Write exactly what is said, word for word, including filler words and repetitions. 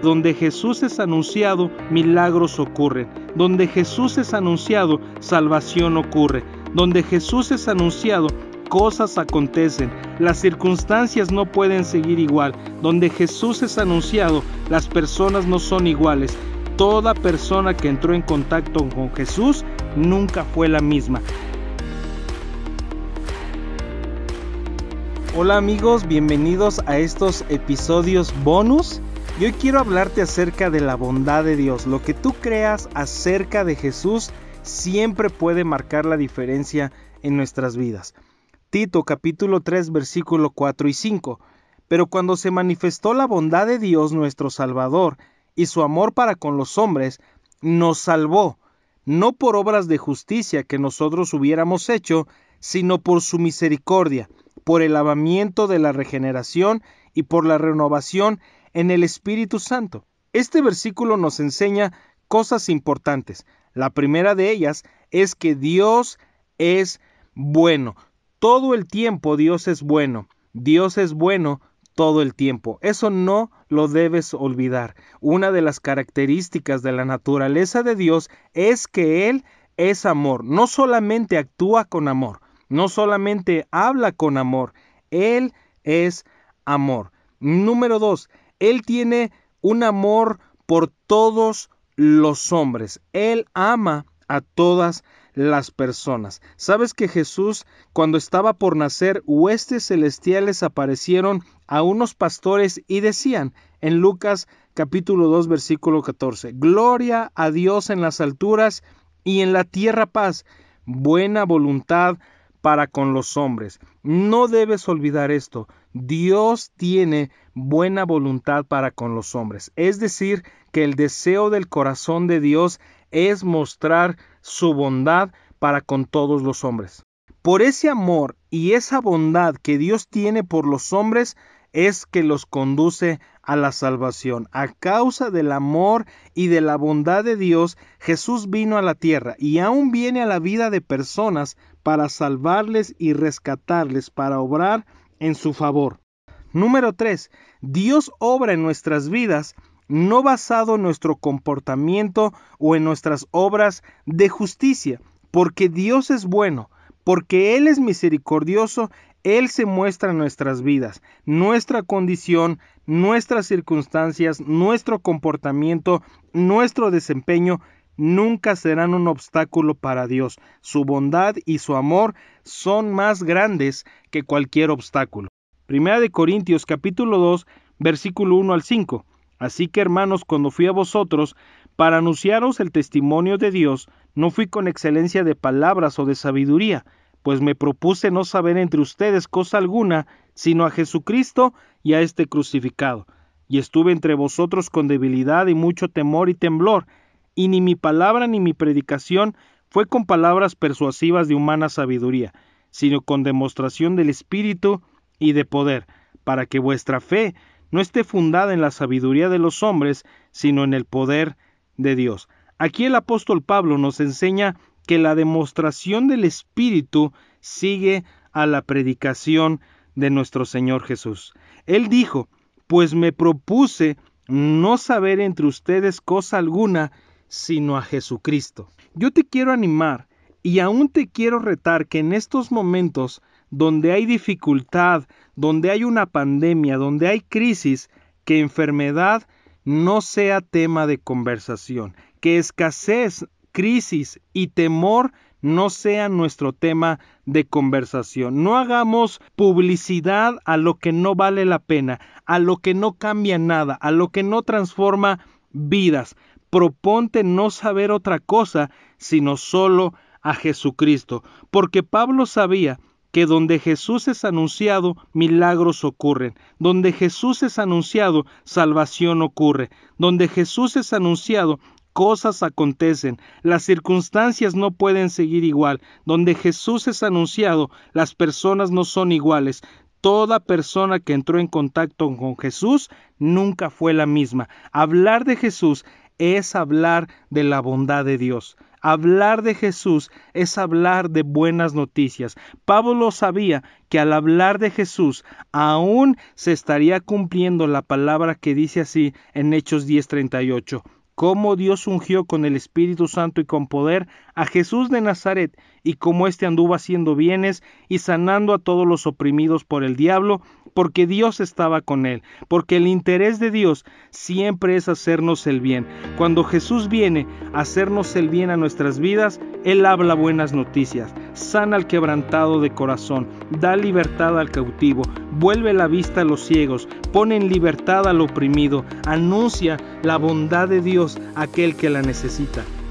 Donde Jesús es anunciado, milagros ocurren. Donde Jesús es anunciado, salvación ocurre. Donde Jesús es anunciado, cosas acontecen. Las circunstancias no pueden seguir igual. Donde Jesús es anunciado, las personas no son iguales. Toda persona que entró en contacto con Jesús nunca fue la misma. Hola amigos, bienvenidos a estos episodios bonus. Y hoy quiero hablarte acerca de la bondad de Dios. Lo que tú creas acerca de Jesús siempre puede marcar la diferencia en nuestras vidas. Tito capítulo tres versículo cuatro y cinco. Pero cuando se manifestó la bondad de Dios nuestro Salvador y su amor para con los hombres, nos salvó, no por obras de justicia que nosotros hubiéramos hecho, sino por su misericordia, por el lavamiento de la regeneración y por la renovación en el Espíritu Santo. Este versículo nos enseña cosas importantes. La primera de ellas es que Dios es bueno. Todo el tiempo Dios es bueno. Dios es bueno todo el tiempo. Eso no lo debes olvidar. Una de las características de la naturaleza de Dios es que Él es amor. No solamente actúa con amor, no solamente habla con amor, Él es amor. Número dos, Él tiene un amor por todos los hombres. Él ama a todas las personas. ¿Sabes que Jesús, cuando estaba por nacer, huestes celestiales aparecieron a unos pastores y decían en Lucas capítulo dos versículo catorce, gloria a Dios en las alturas y en la tierra paz, buena voluntad para con los hombres? No debes olvidar esto. Dios tiene buena voluntad para con los hombres. Es decir, que el deseo del corazón de Dios es mostrar su bondad para con todos los hombres. Por ese amor y esa bondad que Dios tiene por los hombres es que los conduce a la salvación. A causa del amor y de la bondad de Dios, Jesús vino a la tierra y aún viene a la vida de personas para salvarles y rescatarles, para obrar en su favor. Número tres. Dios obra en nuestras vidas no basado en nuestro comportamiento o en nuestras obras de justicia, porque Dios es bueno, porque Él es misericordioso. Él se muestra en nuestras vidas. Nuestra condición, nuestras circunstancias, nuestro comportamiento, nuestro desempeño nunca serán un obstáculo para Dios. Su bondad y su amor son más grandes que cualquier obstáculo. Primera de Corintios capítulo dos, versículo uno al cinco. Así que hermanos, cuando fui a vosotros para anunciaros el testimonio de Dios, no fui con excelencia de palabras o de sabiduría, pues me propuse no saber entre ustedes cosa alguna, sino a Jesucristo y a este crucificado. Y estuve entre vosotros con debilidad y mucho temor y temblor, y ni mi palabra ni mi predicación fue con palabras persuasivas de humana sabiduría, sino con demostración del Espíritu y de poder, para que vuestra fe no esté fundada en la sabiduría de los hombres, sino en el poder de Dios. Aquí el apóstol Pablo nos enseña que la demostración del Espíritu sigue a la predicación de nuestro Señor Jesús. Él dijo, pues me propuse no saber entre ustedes cosa alguna, sino a Jesucristo. Yo te quiero animar y aún te quiero retar que en estos momentos donde hay dificultad, donde hay una pandemia, donde hay crisis, que enfermedad no sea tema de conversación, que escasez, crisis y temor no sean nuestro tema de conversación. No hagamos publicidad a lo que no vale la pena, a lo que no cambia nada, a lo que no transforma vidas. Proponte no saber otra cosa, sino solo a Jesucristo, porque Pablo sabía que donde Jesús es anunciado, milagros ocurren. Donde Jesús es anunciado, salvación ocurre. Donde Jesús es anunciado, cosas acontecen. Las circunstancias no pueden seguir igual. Donde Jesús es anunciado, las personas no son iguales. Toda persona que entró en contacto con Jesús nunca fue la misma. Hablar de Jesús es hablar de la bondad de Dios. Hablar de Jesús es hablar de buenas noticias. Pablo sabía que al hablar de Jesús aún se estaría cumpliendo la palabra que dice así en Hechos diez treinta y ocho. Cómo Dios ungió con el Espíritu Santo y con poder a Jesús de Nazaret, y cómo éste anduvo haciendo bienes y sanando a todos los oprimidos por el diablo, porque Dios estaba con él, porque el interés de Dios siempre es hacernos el bien. Cuando Jesús viene a hacernos el bien a nuestras vidas, Él habla buenas noticias, sana al quebrantado de corazón, da libertad al cautivo, vuelve la vista a los ciegos, pone en libertad al oprimido, anuncia la bondad de Dios a aquel que la necesita.